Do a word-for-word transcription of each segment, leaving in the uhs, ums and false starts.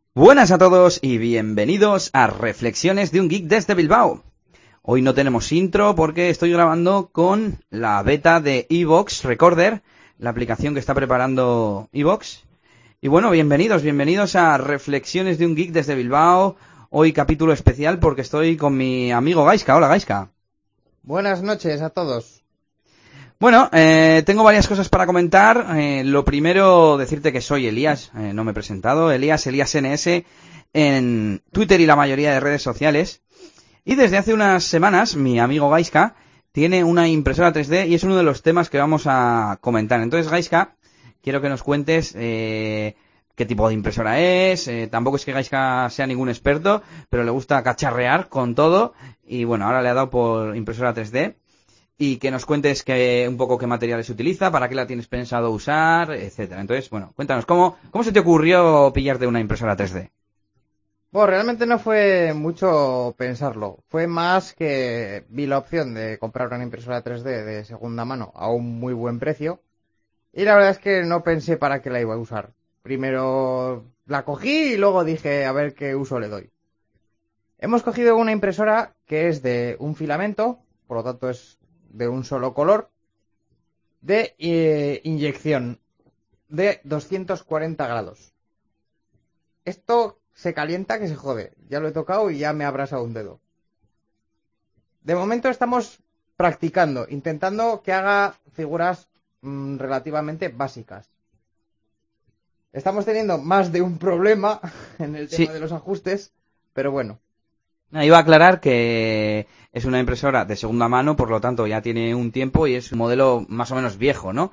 Buenas a todos y bienvenidos a Reflexiones de un Geek desde Bilbao. Hoy no tenemos intro porque estoy grabando con la beta de iVoox Recorder, la aplicación que está preparando iVoox. Y bueno, bienvenidos, bienvenidos a Reflexiones de un Geek desde Bilbao. Hoy capítulo especial porque estoy con mi amigo Gaiska. Hola, Gaiska. Buenas noches a todos. Bueno, eh, tengo varias cosas para comentar. Eh, lo primero, decirte que soy Elías, eh, no me he presentado. Elías, Elías N S en Twitter y la mayoría de redes sociales. Y desde hace unas semanas, mi amigo Gaiska tiene una impresora tres D y es uno de los temas que vamos a comentar. Entonces, Gaiska, quiero que nos cuentes eh, qué tipo de impresora es. Eh, tampoco es que Gaiska sea ningún experto, pero le gusta cacharrear con todo. Y bueno, ahora le ha dado por impresora tres D. Y que nos cuentes que, un poco qué materiales se utiliza, para qué la tienes pensado usar, etcétera. Entonces, bueno, cuéntanos, ¿cómo, cómo se te ocurrió pillarte una impresora tres D? Bueno, realmente no fue mucho pensarlo. Fue más que vi la opción de comprar una impresora tres D de segunda mano a un muy buen precio. Y la verdad es que no pensé para qué la iba a usar. Primero la cogí y luego dije a ver qué uso le doy. Hemos cogido una impresora que es de un filamento, por lo tanto es de un solo color, de eh, inyección de doscientos cuarenta grados. Esto se calienta que se jode. Ya lo he tocado y ya me ha abrasado un dedo. De momento estamos practicando, intentando que haga figuras mmm, relativamente básicas. Estamos teniendo más de un problema en el tema Sí. de los ajustes, pero bueno. Iba a aclarar que es una impresora de segunda mano, por lo tanto ya tiene un tiempo y es un modelo más o menos viejo, ¿no?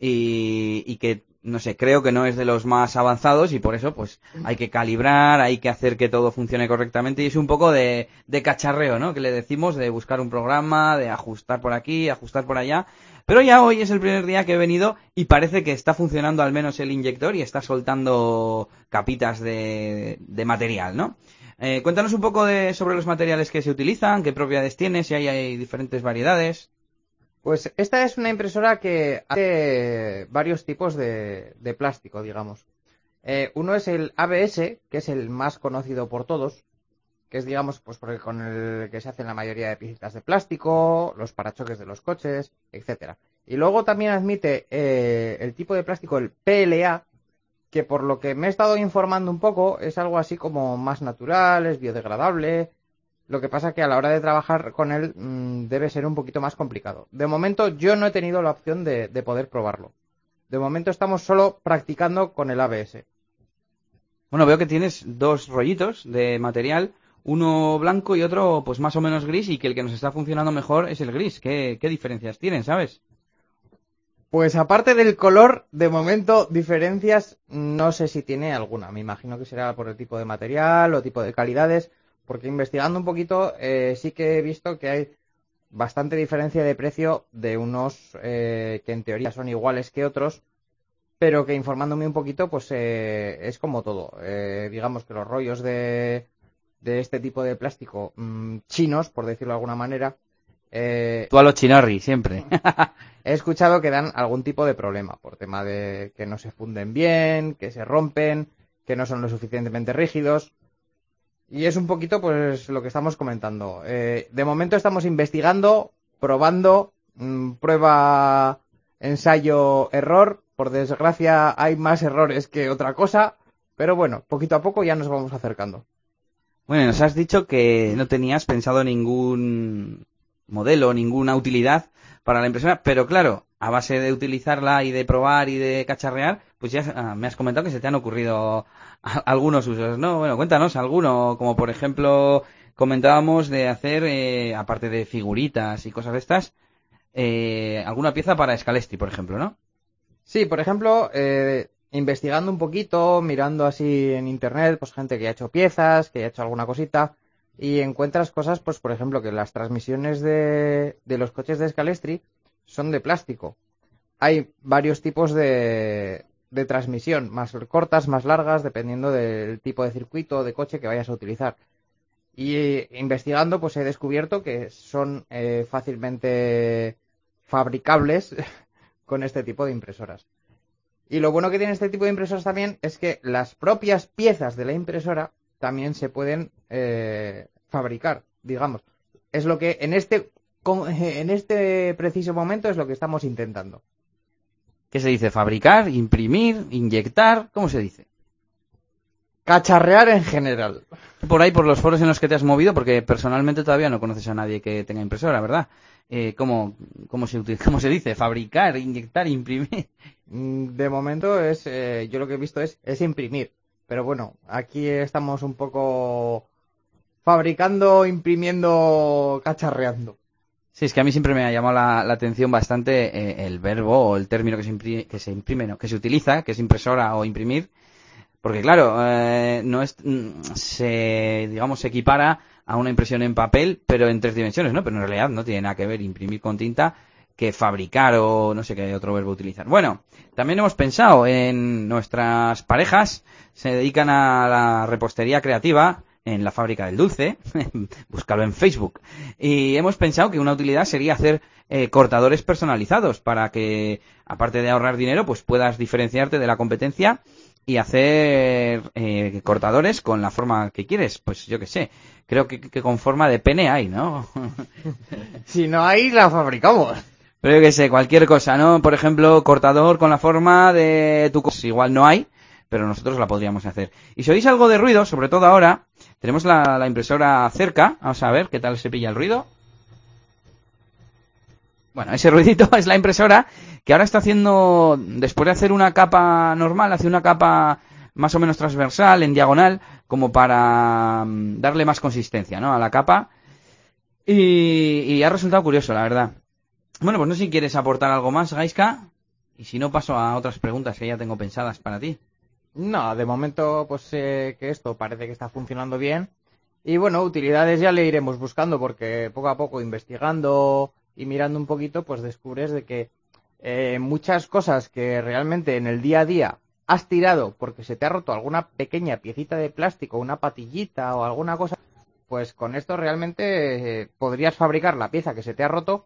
Y, y que, no sé, creo que no es de los más avanzados y por eso pues hay que calibrar, hay que hacer que todo funcione correctamente y es un poco de, de cacharreo, ¿no? Que le decimos de buscar un programa, de ajustar por aquí, ajustar por allá. Pero ya hoy es el primer día que he venido y parece que está funcionando al menos el inyector y está soltando capitas de, de material, ¿no? Eh, cuéntanos un poco de, sobre los materiales que se utilizan, qué propiedades tiene, si hay, hay diferentes variedades. Pues esta es una impresora que hace varios tipos de, de plástico, digamos. Eh, uno es el A B S, que es el más conocido por todos, que es, digamos, pues porque con el que se hacen la mayoría de piezas de plástico, los parachoques de los coches, etcétera. Y luego también admite eh, el tipo de plástico, el P L A, que por lo que me he estado informando un poco, es algo así como más natural, es biodegradable. Lo que pasa que a la hora de trabajar con él mmm, debe ser un poquito más complicado. De momento yo no he tenido la opción de, de poder probarlo. De momento estamos solo practicando con el A B S. Bueno, veo que tienes dos rollitos de material, uno blanco y otro pues más o menos gris y que el que nos está funcionando mejor es el gris. ¿Qué, qué diferencias tienen, sabes? Pues aparte del color, de momento diferencias no sé si tiene alguna. Me imagino que será por el tipo de material o tipo de calidades, porque investigando un poquito eh, sí que he visto que hay bastante diferencia de precio de unos eh, que en teoría son iguales que otros, pero que informándome un poquito pues eh, es como todo. Eh, digamos que los rollos de, de este tipo de plástico mmm, chinos, por decirlo de alguna manera, eh, Tú a los chinarri, siempre. he escuchado que dan algún tipo de problema por tema de que no se funden bien, que se rompen, que no son lo suficientemente rígidos. Y es un poquito pues lo que estamos comentando. Eh, de momento estamos investigando, probando, mmm, prueba, ensayo, error. Por desgracia hay más errores que otra cosa, pero bueno, poquito a poco ya nos vamos acercando. Bueno, nos has dicho que no tenías pensado ningún modelo, ninguna utilidad para la impresora, pero claro, a base de utilizarla y de probar y de cacharrear, pues ya ah, me has comentado que se te han ocurrido a- algunos usos, ¿no? Bueno, cuéntanos alguno, como por ejemplo comentábamos de hacer, eh, aparte de figuritas y cosas de estas, eh, alguna pieza para Scalestri, por ejemplo, ¿no? Sí, por ejemplo, eh, investigando un poquito, mirando así en internet, pues gente que ha hecho piezas, que ha hecho alguna cosita, y encuentras cosas, pues por ejemplo, que las transmisiones de, de los coches de Scalestri son de plástico. Hay varios tipos de, de transmisión, más cortas, más largas, dependiendo del tipo de circuito de coche que vayas a utilizar. Y eh, investigando, pues he descubierto que son eh, fácilmente fabricables con este tipo de impresoras. Y lo bueno que tiene este tipo de impresoras también es que las propias piezas de la impresora también se pueden eh, fabricar, digamos. Es lo que en este, en este preciso momento es lo que estamos intentando. ¿Qué se dice? ¿Fabricar? ¿Imprimir? ¿Inyectar? ¿Cómo se dice? Cacharrear en general. Por ahí, por los foros en los que te has movido, porque personalmente todavía no conoces a nadie que tenga impresora, ¿verdad? Eh, ¿cómo, cómo, se utiliza, ¿Cómo se dice? ¿Fabricar? ¿Inyectar? ¿Imprimir? De momento es, eh, yo lo que he visto es, es imprimir. Pero bueno, aquí estamos un poco fabricando, imprimiendo, cacharreando. Sí, es que a mí siempre me ha llamado la, la atención bastante eh, el verbo o el término que se imprime, que se imprime, no, que se utiliza, que es impresora o imprimir, porque claro, eh, no es, se, digamos, se equipara a una impresión en papel, pero en tres dimensiones, ¿no? Pero en realidad no tiene nada que ver imprimir con tinta que fabricar o no sé qué otro verbo utilizar. Bueno, también hemos pensado en nuestras parejas, se dedican a la repostería creativa, en la fábrica del dulce, búscalo en Facebook. Y hemos pensado que una utilidad sería hacer eh, cortadores personalizados para que, aparte de ahorrar dinero, pues puedas diferenciarte de la competencia y hacer eh, cortadores con la forma que quieres. Pues yo qué sé, creo que, que con forma de pene hay, ¿no? Si no hay, la fabricamos. Pero yo qué sé, cualquier cosa, ¿no? Por ejemplo, cortador con la forma de tu... Igual no hay, pero nosotros la podríamos hacer. Y si oís algo de ruido, sobre todo ahora, tenemos la, la impresora cerca. Vamos a ver qué tal se pilla el ruido. Bueno, ese ruidito es la impresora que ahora está haciendo, después de hacer una capa normal, hace una capa más o menos transversal, en diagonal, como para um, darle más consistencia, ¿no? A la capa. Y, y ha resultado curioso, la verdad. Bueno, pues no sé si quieres aportar algo más, Gaiska. Y si no, paso a otras preguntas que ya tengo pensadas para ti. No, de momento, pues eh, que esto parece que está funcionando bien. Y bueno, utilidades ya le iremos buscando porque poco a poco investigando y mirando un poquito, pues descubres de que eh, muchas cosas que realmente en el día a día has tirado porque se te ha roto alguna pequeña piecita de plástico, una patillita o alguna cosa, pues con esto realmente eh, podrías fabricar la pieza que se te ha roto.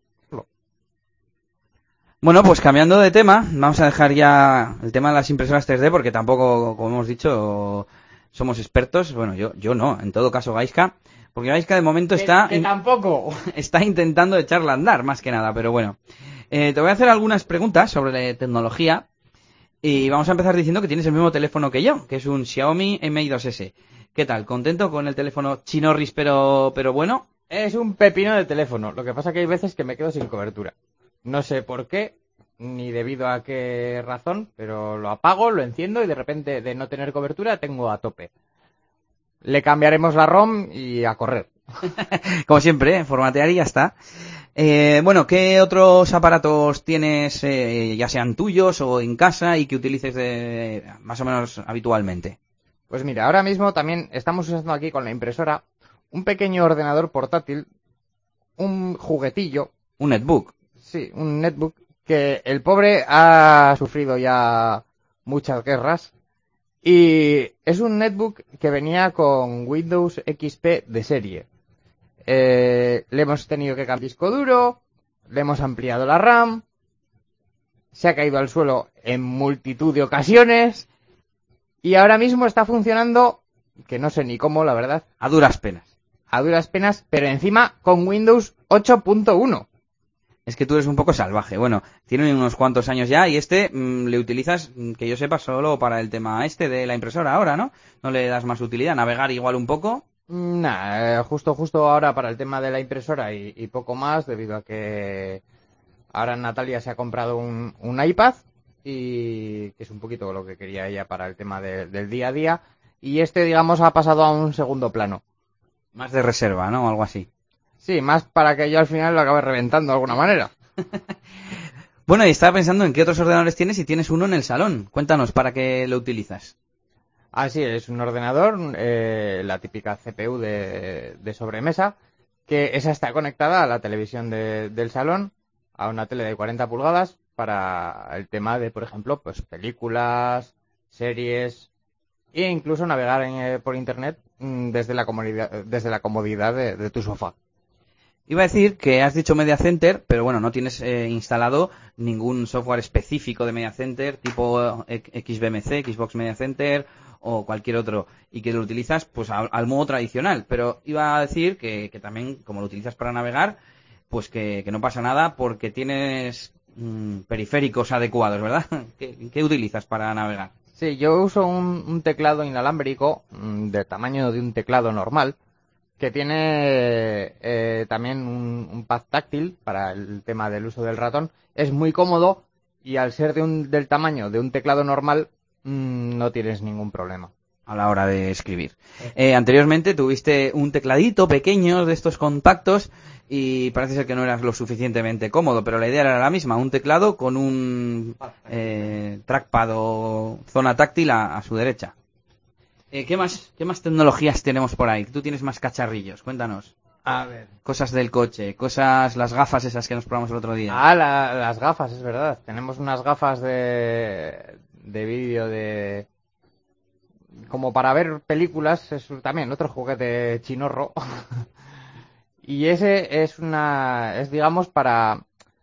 Bueno, pues cambiando de tema, vamos a dejar ya el tema de las impresoras tres D porque tampoco, como hemos dicho, somos expertos. Bueno, yo yo no, en todo caso Gaiska, porque Gaiska de momento está... Que, que tampoco. Está intentando echarla a andar, más que nada, pero bueno. Eh, te voy a hacer algunas preguntas sobre tecnología y vamos a empezar diciendo que tienes el mismo teléfono que yo, que es un Xiaomi Mi dos ese. ¿Qué tal? ¿Contento con el teléfono chinorris pero, pero bueno? Es un pepino de teléfono, lo que pasa que hay veces que me quedo sin cobertura. No sé por qué, ni debido a qué razón, pero lo apago, lo enciendo y de repente de no tener cobertura tengo a tope. Le cambiaremos la ROM y a correr. Como siempre, ¿eh? Formatear y ya está. Eh, bueno, ¿qué otros aparatos tienes, eh, ya sean tuyos o en casa y que utilices de, más o menos habitualmente? Pues mira, ahora mismo también estamos usando aquí con la impresora un pequeño ordenador portátil, un juguetillo. Un netbook. Sí, un netbook que el pobre ha sufrido ya muchas guerras y es un netbook que venía con Windows X P de serie. Eh, le hemos tenido que cambiar disco duro, le hemos ampliado la RAM, se ha caído al suelo en multitud de ocasiones y ahora mismo está funcionando, que no sé ni cómo, la verdad. A duras penas. A duras penas, pero encima con Windows ocho punto uno. Es que tú eres un poco salvaje. Bueno, tiene unos cuantos años ya y este mmm, le utilizas, que yo sepa, solo para el tema este de la impresora ahora, ¿no? No le das más utilidad, navegar igual un poco. Nah, justo, justo ahora para el tema de la impresora y, y poco más, debido a que ahora Natalia se ha comprado un, un iPad y que es un poquito lo que quería ella para el tema de, del día a día y este, digamos, ha pasado a un segundo plano. Más de reserva, ¿no? O algo así. Sí, más para que yo al final lo acabe reventando de alguna manera. Bueno, y estaba pensando en qué otros ordenadores tienes y tienes uno en el salón. Cuéntanos, ¿para qué lo utilizas? Ah, sí, es un ordenador, eh, la típica C P U de, de sobremesa, que esa está conectada a la televisión de, del salón, a una tele de cuarenta pulgadas, para el tema de, por ejemplo, pues películas, series e incluso navegar en, eh, por internet desde la comodidad, desde la comodidad de, de tu sofá. Iba a decir que has dicho Media Center, pero bueno, no tienes eh, instalado ningún software específico de Media Center, tipo eh, X B M C, Xbox Media Center o cualquier otro, y que lo utilizas pues al, al modo tradicional. Pero iba a decir que, que también, como lo utilizas para navegar, pues que, que no pasa nada porque tienes mmm, periféricos adecuados, ¿verdad? ¿Qué, ¿Qué utilizas para navegar? Sí, yo uso un, un teclado inalámbrico mmm, del tamaño de un teclado normal, que tiene eh, también un, un pad táctil para el tema del uso del ratón. Es muy cómodo y al ser de un, del tamaño de un teclado normal mmm, no tienes ningún problema a la hora de escribir. Eh, anteriormente tuviste un tecladito pequeño de estos compactos y parece ser que no eras lo suficientemente cómodo, pero la idea era la misma, un teclado con un eh, trackpad o zona táctil a, a su derecha. Eh, ¿qué más, qué más tecnologías tenemos por ahí? Tú tienes más cacharrillos, cuéntanos. A ver. Cosas del coche, cosas, las gafas esas que nos probamos el otro día. Ah, la, las gafas, es verdad. Tenemos unas gafas de, de vídeo de... como para ver películas, es también otro juguete chinorro. Y ese es una, es digamos para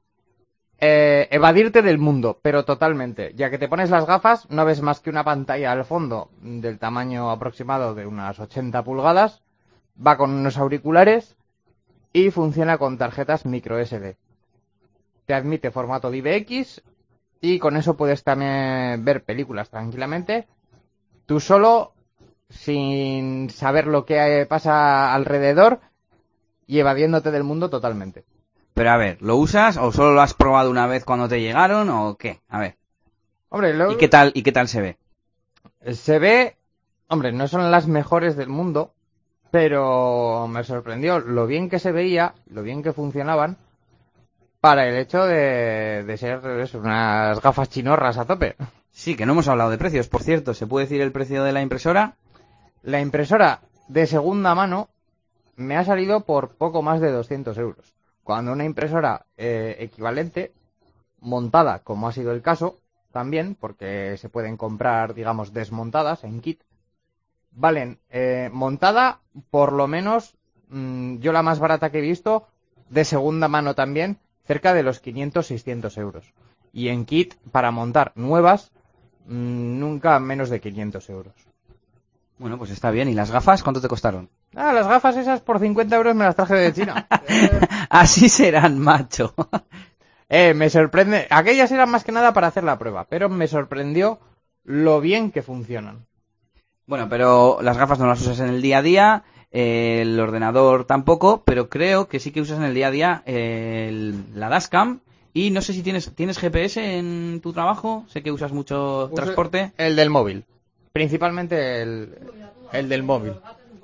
eh, evadirte del mundo, pero totalmente. Ya que te pones las gafas, no ves más que una pantalla al fondo del tamaño aproximado de unas ochenta pulgadas, va con unos auriculares y funciona con tarjetas micro S D. Te admite formato D V X y con eso puedes también ver películas tranquilamente, tú solo, sin saber lo que pasa alrededor y evadiéndote del mundo totalmente. Pero a ver, ¿lo usas o solo lo has probado una vez cuando te llegaron o qué? A ver. Hombre, lo... ¿Y qué tal, y qué tal se ve? Se ve, hombre, no son las mejores del mundo, pero me sorprendió lo bien que se veía, lo bien que funcionaban, para el hecho de, de ser eso, unas gafas chinorras a tope. Sí, que no hemos hablado de precios, por cierto. ¿Se puede decir el precio de la impresora? La impresora de segunda mano me ha salido por poco más de doscientos euros. Cuando una impresora eh, equivalente, montada, como ha sido el caso, también, porque se pueden comprar, digamos, desmontadas en kit, valen eh, montada por lo menos, mmm, yo la más barata que he visto, de segunda mano también, cerca de los quinientos seiscientos euros. Y en kit, para montar nuevas, mmm, nunca menos de quinientos euros. Bueno, pues está bien. ¿Y las gafas cuánto te costaron? Ah, las gafas esas por cincuenta euros me las traje de China. Así serán, macho. eh, me sorprende. Aquellas eran más que nada para hacer la prueba, pero me sorprendió lo bien que funcionan. Bueno, pero las gafas no las usas en el día a día, eh, el ordenador tampoco, pero creo que sí que usas en el día a día eh, el, la dashcam. Y no sé si tienes tienes G P S en tu trabajo, sé que usas mucho Uso transporte. El del móvil, principalmente el, el del móvil.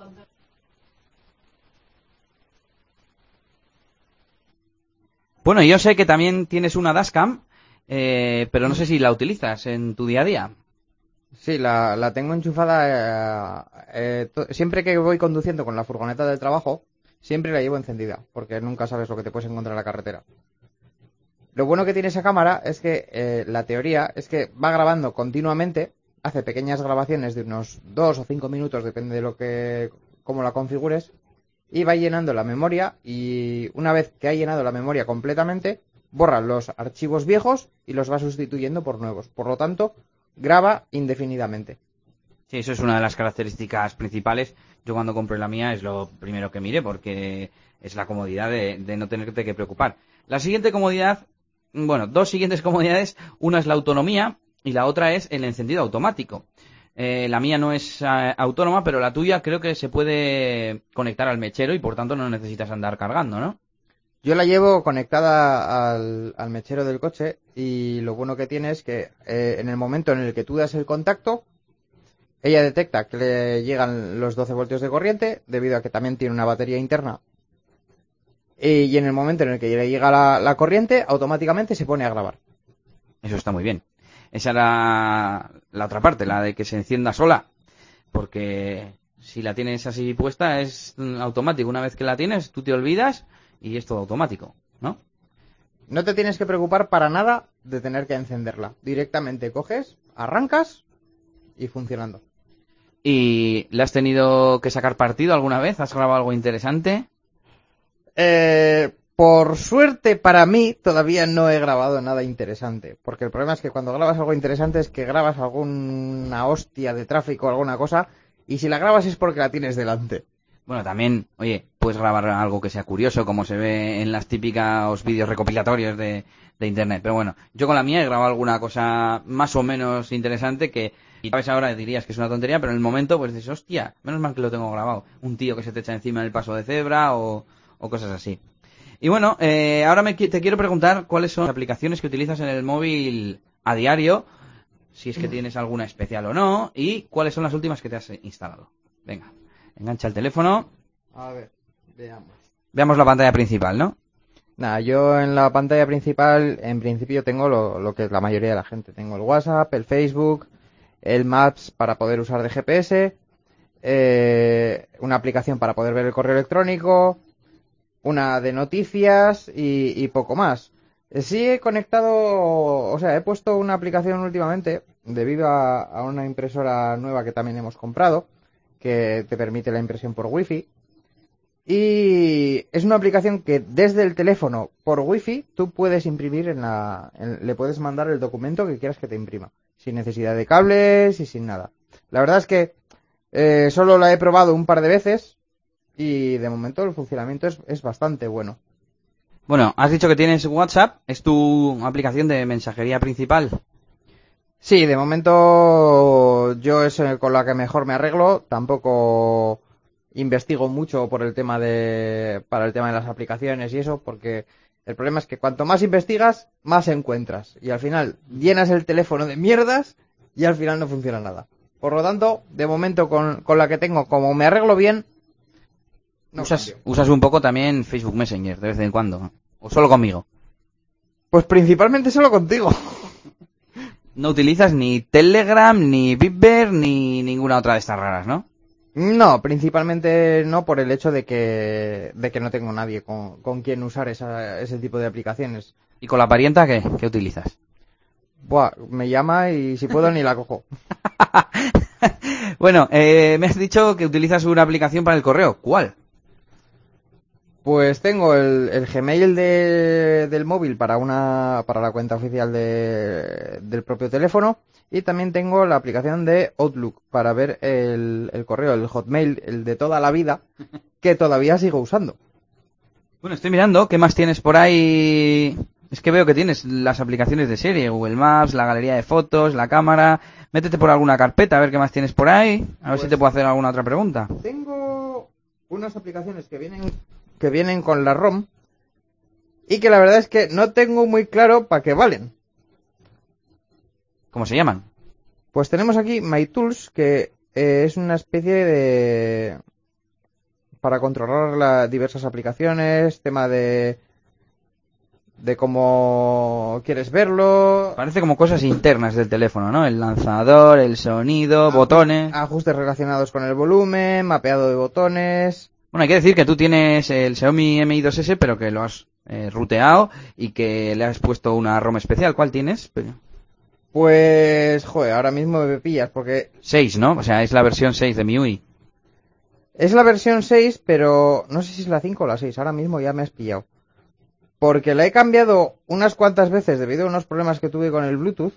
Bueno, yo sé que también tienes una dashcam, eh, pero no sé si la utilizas en tu día a día. Sí, la, la tengo enchufada. Eh, eh, to- siempre que voy conduciendo con la furgoneta del trabajo, siempre la llevo encendida, porque nunca sabes lo que te puedes encontrar en la carretera. Lo bueno que tiene esa cámara es que eh, la teoría es que va grabando continuamente, hace pequeñas grabaciones de unos dos o cinco minutos, depende de lo que, cómo la configures, y va llenando la memoria, y una vez que ha llenado la memoria completamente, borra los archivos viejos y los va sustituyendo por nuevos. Por lo tanto, graba indefinidamente. Sí, eso es una de las características principales. Yo cuando compré la mía es lo primero que miré porque es la comodidad de, de no tenerte que preocupar. La siguiente comodidad, bueno, dos siguientes comodidades, una es la autonomía y la otra es el encendido automático. Eh, la mía no es eh, autónoma, pero la tuya creo que se puede conectar al mechero y por tanto no necesitas andar cargando, ¿no? Yo la llevo conectada al, al mechero del coche y lo bueno que tiene es que eh, en el momento en el que tú das el contacto, ella detecta que le llegan los doce voltios de corriente, debido a que también tiene una batería interna. Y en el momento en el que le llega la, la corriente, automáticamente se pone a grabar. Eso está muy bien. Esa era la otra parte, la de que se encienda sola. Porque si la tienes así puesta es automático. Una vez que la tienes, tú te olvidas y es todo automático, ¿no? No te tienes que preocupar para nada de tener que encenderla. Directamente coges, arrancas y funcionando. ¿Y le has tenido que sacar partido alguna vez? ¿Has grabado algo interesante? Eh, por suerte para mí todavía no he grabado nada interesante, porque el problema es que cuando grabas algo interesante es que grabas alguna hostia de tráfico o alguna cosa, y si la grabas es porque la tienes delante. Bueno, también, oye, puedes grabar algo que sea curioso, como se ve en las típicas vídeos recopilatorios de, de internet. Pero bueno, yo con la mía he grabado alguna cosa más o menos interesante que, y sabes, ahora dirías que es una tontería, pero en el momento pues dices, hostia, menos mal que lo tengo grabado. Un tío que se te echa encima en el paso de cebra o, o cosas así. Y bueno, eh, ahora me, te quiero preguntar cuáles son las aplicaciones que utilizas en el móvil a diario, si es que tienes alguna especial o no, y cuáles son las últimas que te has instalado. Venga. Engancha el teléfono. A ver, veamos. Veamos la pantalla principal, ¿no? Nada, yo en la pantalla principal, en principio tengo lo, lo que es la mayoría de la gente. Tengo el WhatsApp, el Facebook, el Maps para poder usar de G P S, eh, una aplicación para poder ver el correo electrónico, una de noticias y, y poco más. Sí he conectado, o sea, he puesto una aplicación últimamente debido a, a una impresora nueva que también hemos comprado, que te permite la impresión por wifi, y es una aplicación que desde el teléfono por wifi tú puedes imprimir en la, en, le puedes mandar el documento que quieras que te imprima, sin necesidad de cables y sin nada. La verdad es que eh, solo la he probado un par de veces y de momento el funcionamiento es, es bastante bueno. Bueno, has dicho que tienes WhatsApp, ¿es tu aplicación de mensajería principal? Sí, de momento yo es con la que mejor me arreglo. Tampoco investigo mucho por el tema de para el tema de las aplicaciones y eso, porque el problema es que cuanto más investigas, más encuentras y al final llenas el teléfono de mierdas y al final no funciona nada. Por lo tanto, de momento con, con la que tengo, como me arreglo bien, no usas, usas un poco también Facebook Messenger de vez en cuando, o solo conmigo. Pues principalmente solo contigo. No utilizas ni Telegram, ni Viber, ni ninguna otra de estas raras, ¿no? No, principalmente no por el hecho de que de que no tengo nadie con, con quien usar esa, ese tipo de aplicaciones. ¿Y con la parienta qué? ¿Qué utilizas? Buah, me llama y si puedo ni la cojo. Bueno, eh, me has dicho que utilizas una aplicación para el correo. ¿Cuál? Pues tengo el, el Gmail de, del móvil para una para la cuenta oficial de, del propio teléfono y también tengo la aplicación de Outlook para ver el, el correo, el Hotmail, el de toda la vida, que todavía sigo usando. Bueno, estoy mirando, ¿qué más tienes por ahí? Es que veo que tienes las aplicaciones de serie, Google Maps, la galería de fotos, la cámara. Métete por alguna carpeta a ver qué más tienes por ahí, a ver pues si te puedo hacer alguna otra pregunta. Tengo unas aplicaciones que vienen que vienen con la ROM y que la verdad es que no tengo muy claro para qué valen. ¿Cómo se llaman? Pues tenemos aquí MyTools, que eh, es una especie de... para controlar las diversas aplicaciones, tema de... de cómo quieres verlo. Parece como cosas internas del teléfono, ¿no? El lanzador, el sonido, Ajust- botones. Ajustes relacionados con el volumen, mapeado de botones. Bueno, hay que decir que tú tienes el Xiaomi Mi dos ese, pero que lo has eh, ruteado y que le has puesto una ROM especial. ¿Cuál tienes? Pues, joder, ahora mismo me pillas porque... seis, ¿no? O sea, es la versión seis de M I U I. Es la versión seis, pero no sé si es la cinco o la seis. Ahora mismo ya me has pillado. Porque la he cambiado unas cuantas veces debido a unos problemas que tuve con el Bluetooth.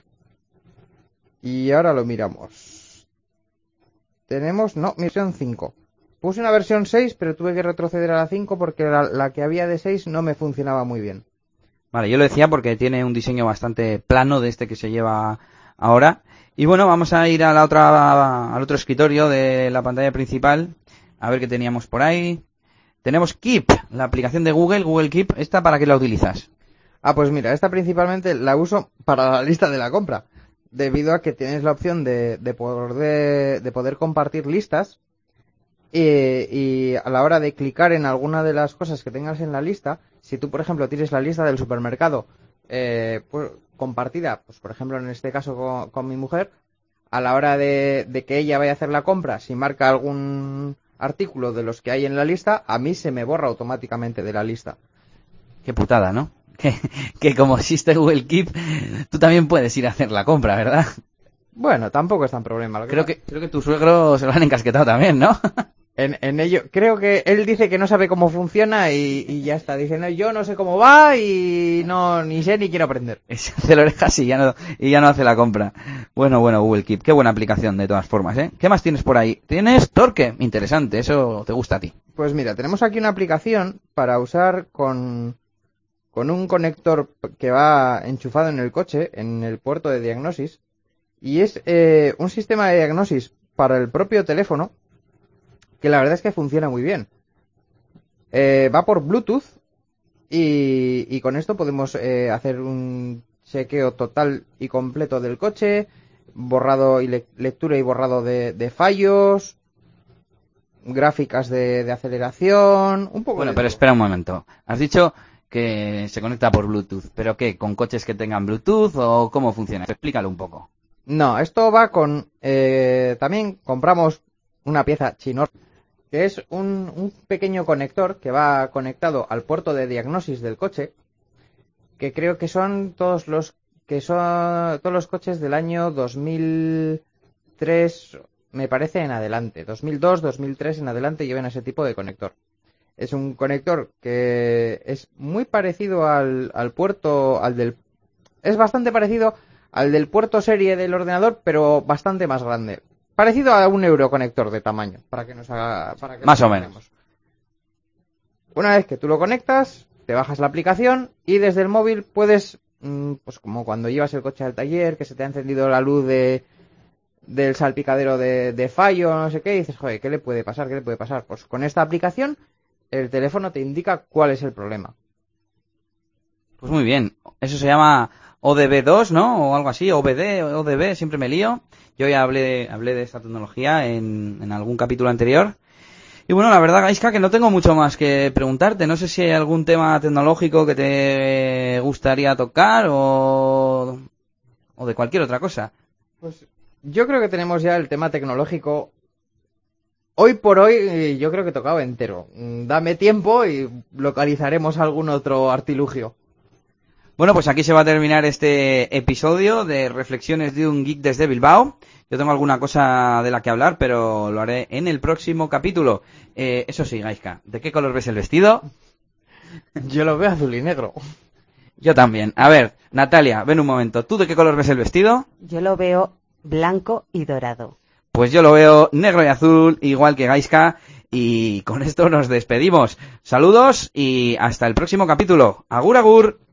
Y ahora lo miramos. Tenemos, no, versión cinco. Puse una versión seis, pero tuve que retroceder a la cinco porque la, la que había de seis no me funcionaba muy bien. Vale, yo lo decía porque tiene un diseño bastante plano de este que se lleva ahora. Y bueno, vamos a ir a la otra, al otro escritorio de la pantalla principal. A ver qué teníamos por ahí. Tenemos Keep, la aplicación de Google, Google Keep. ¿Esta para qué la utilizas? Ah, pues mira, esta principalmente la uso para la lista de la compra. Debido a que tienes la opción de, de, poder, de poder compartir listas. Y, y a la hora de clicar en alguna de las cosas que tengas en la lista, si tú, por ejemplo, tienes la lista del supermercado eh, pues, compartida, pues por ejemplo en este caso con, con mi mujer, a la hora de, de que ella vaya a hacer la compra, si marca algún artículo de los que hay en la lista, a mí se me borra automáticamente de la lista. Qué putada, ¿no? Que, que como existe Google Keep, tú también puedes ir a hacer la compra, ¿verdad? Bueno, tampoco es tan problema. Lo que creo que creo que tu suegro se lo han encasquetado también, ¿no? En, en ello, creo que él dice que no sabe cómo funciona y, y ya está. Dice, no, yo no sé cómo va y no ni sé ni quiero aprender. Se hace la oreja y ya no, y ya no hace la compra. Bueno, bueno, Google Keep, qué buena aplicación de todas formas, ¿eh? ¿Qué más tienes por ahí? Tienes Torque, interesante, eso te gusta a ti. Pues mira, tenemos aquí una aplicación para usar con, con un conector que va enchufado en el coche, en el puerto de diagnosis, y es eh, un sistema de diagnosis para el propio teléfono que la verdad es que funciona muy bien. Eh, va por Bluetooth y, y con esto podemos eh, hacer un chequeo total y completo del coche, borrado y le lectura y borrado de, de fallos, gráficas de, de aceleración, un poco. Bueno, de pero todo. espera un momento. Has dicho que se conecta por Bluetooth, ¿pero qué? ¿Con coches que tengan Bluetooth o cómo funciona? Explícalo un poco. No, esto va con... Eh, también compramos una pieza chino, que es un, un pequeño conector que va conectado al puerto de diagnosis del coche, que creo que son todos los que son todos los coches del año dos mil tres, me parece, en adelante. dos mil dos, dos mil tres en adelante llevan ese tipo de conector. Es un conector que es muy parecido al, al puerto, al del... Es bastante parecido al del puerto serie del ordenador, pero bastante más grande. Parecido a un euroconector de tamaño, para que nos haga... Para que Más nos o menos. entendamos. Una vez que tú lo conectas, te bajas la aplicación y desde el móvil puedes, mmm, pues como cuando llevas el coche al taller, que se te ha encendido la luz de del salpicadero de, de fallo, no sé qué, y dices, joder, ¿qué le puede pasar? ¿Qué le puede pasar? Pues con esta aplicación el teléfono te indica cuál es el problema. Pues muy bien. Eso se llama O D B dos, ¿no? O algo así, O B D, O D B, siempre me lío. Yo ya hablé, hablé de esta tecnología en, en algún capítulo anterior. Y bueno, la verdad, Gaiska, que no tengo mucho más que preguntarte. No sé si hay algún tema tecnológico que te gustaría tocar o, o de cualquier otra cosa. Pues yo creo que tenemos ya el tema tecnológico. Hoy por hoy yo creo que tocado entero. Dame tiempo y localizaremos algún otro artilugio. Bueno, pues aquí se va a terminar este episodio de Reflexiones de un Geek desde Bilbao. Yo tengo alguna cosa de la que hablar, pero lo haré en el próximo capítulo. Eh, eso sí, Gaiska, ¿de qué color ves el vestido? Yo lo veo azul y negro. Yo también. A ver, Natalia, ven un momento. ¿Tú de qué color ves el vestido? Yo lo veo blanco y dorado. Pues yo lo veo negro y azul, igual que Gaiska. Y con esto nos despedimos. Saludos y hasta el próximo capítulo. Agur, agur.